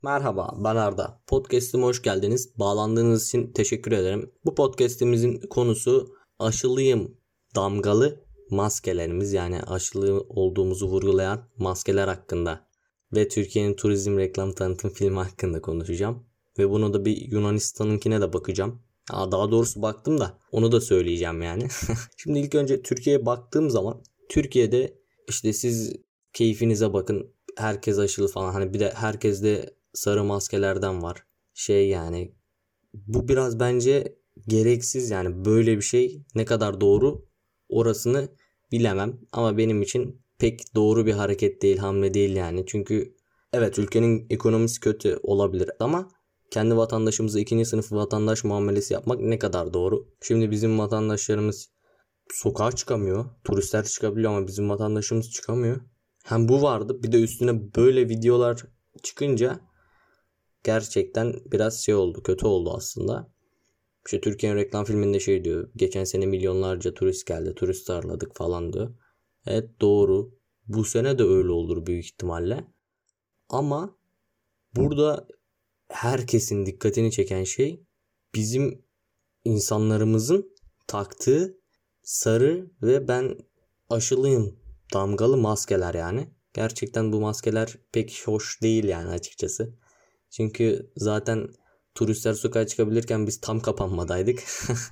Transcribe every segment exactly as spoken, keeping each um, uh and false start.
Merhaba, ben Arda. Podcast'ime hoş geldiniz. Bağlandığınız için teşekkür ederim. Bu podcast'imizin konusu aşılıyım damgalı maskelerimiz, yani aşılı olduğumuzu vurgulayan maskeler hakkında ve Türkiye'nin turizm reklam tanıtım filmi hakkında konuşacağım. Ve bunu da bir Yunanistan'ınkine de bakacağım. Aa, daha doğrusu baktım da onu da söyleyeceğim yani. Şimdi ilk önce Türkiye'ye baktığım zaman Türkiye'de işte siz keyfinize bakın. Herkes aşılı falan, hani bir de herkes de sarı maskelerden var. Şey yani bu biraz bence gereksiz, yani böyle bir şey ne kadar doğru orasını bilemem. Ama benim için pek doğru bir hareket değil, hamle değil yani. Çünkü evet, ülkenin ekonomisi kötü olabilir ama kendi vatandaşımıza ikinci sınıf vatandaş muamelesi yapmak ne kadar doğru? Şimdi bizim vatandaşlarımız sokağa çıkamıyor. Turistler çıkabiliyor ama bizim vatandaşımız çıkamıyor. Hem bu vardı, bir de üstüne böyle videolar çıkınca gerçekten biraz şey oldu, kötü oldu aslında. İşte Türkiye'nin reklam filminde şey diyor. Geçen sene milyonlarca turist geldi, turist ağırladık falan diyor. Evet, doğru. Bu sene de öyle olur büyük ihtimalle. Ama burada herkesin dikkatini çeken şey bizim insanlarımızın taktığı sarı ve ben aşılıyım damgalı maskeler yani. Gerçekten bu maskeler pek hoş değil yani, açıkçası. Çünkü zaten turistler sokağa çıkabilirken biz tam kapanmadaydık.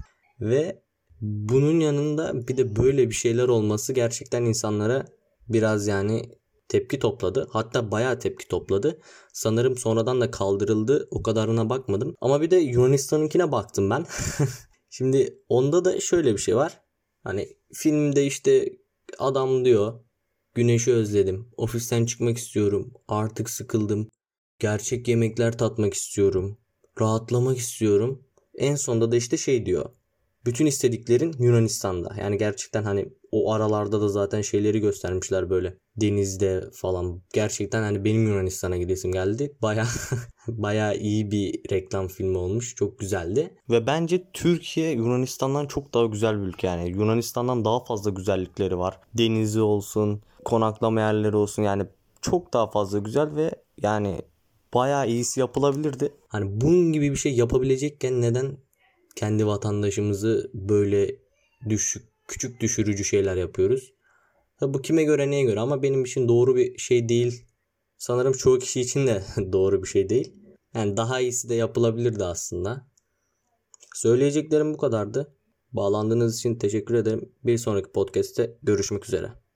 Ve bunun yanında bir de böyle bir şeyler olması gerçekten insanlara biraz yani tepki topladı. Hatta bayağı tepki topladı. Sanırım sonradan da kaldırıldı. O kadarına bakmadım. Ama bir de Yunanistan'ınkine baktım ben. Şimdi onda da şöyle bir şey var. Hani filmde işte adam diyor, güneşi özledim. Ofisten çıkmak istiyorum. Artık sıkıldım. Gerçek yemekler tatmak istiyorum. Rahatlamak istiyorum. En sonunda da işte şey diyor. Bütün istediklerin Yunanistan'da. Yani gerçekten hani o aralarda da zaten şeyleri göstermişler böyle. Denizde falan. Gerçekten hani benim Yunanistan'a gidesim geldi. Baya baya iyi bir reklam filmi olmuş. Çok güzeldi. Ve bence Türkiye Yunanistan'dan çok daha güzel bir ülke yani. Yunanistan'dan daha fazla güzellikleri var. Denizi olsun, konaklama yerleri olsun, yani çok daha fazla güzel ve yani bayağı iyisi yapılabilirdi. Hani bunun gibi bir şey yapabilecekken neden kendi vatandaşımızı böyle düşük, küçük düşürücü şeyler yapıyoruz? Ha, bu kime göre neye göre, ama benim için doğru bir şey değil. Sanırım çoğu kişi için de doğru bir şey değil. Yani daha iyisi de yapılabilirdi aslında. Söyleyeceklerim bu kadardı. Bağlandığınız için teşekkür ederim. Bir sonraki podcast'te görüşmek üzere.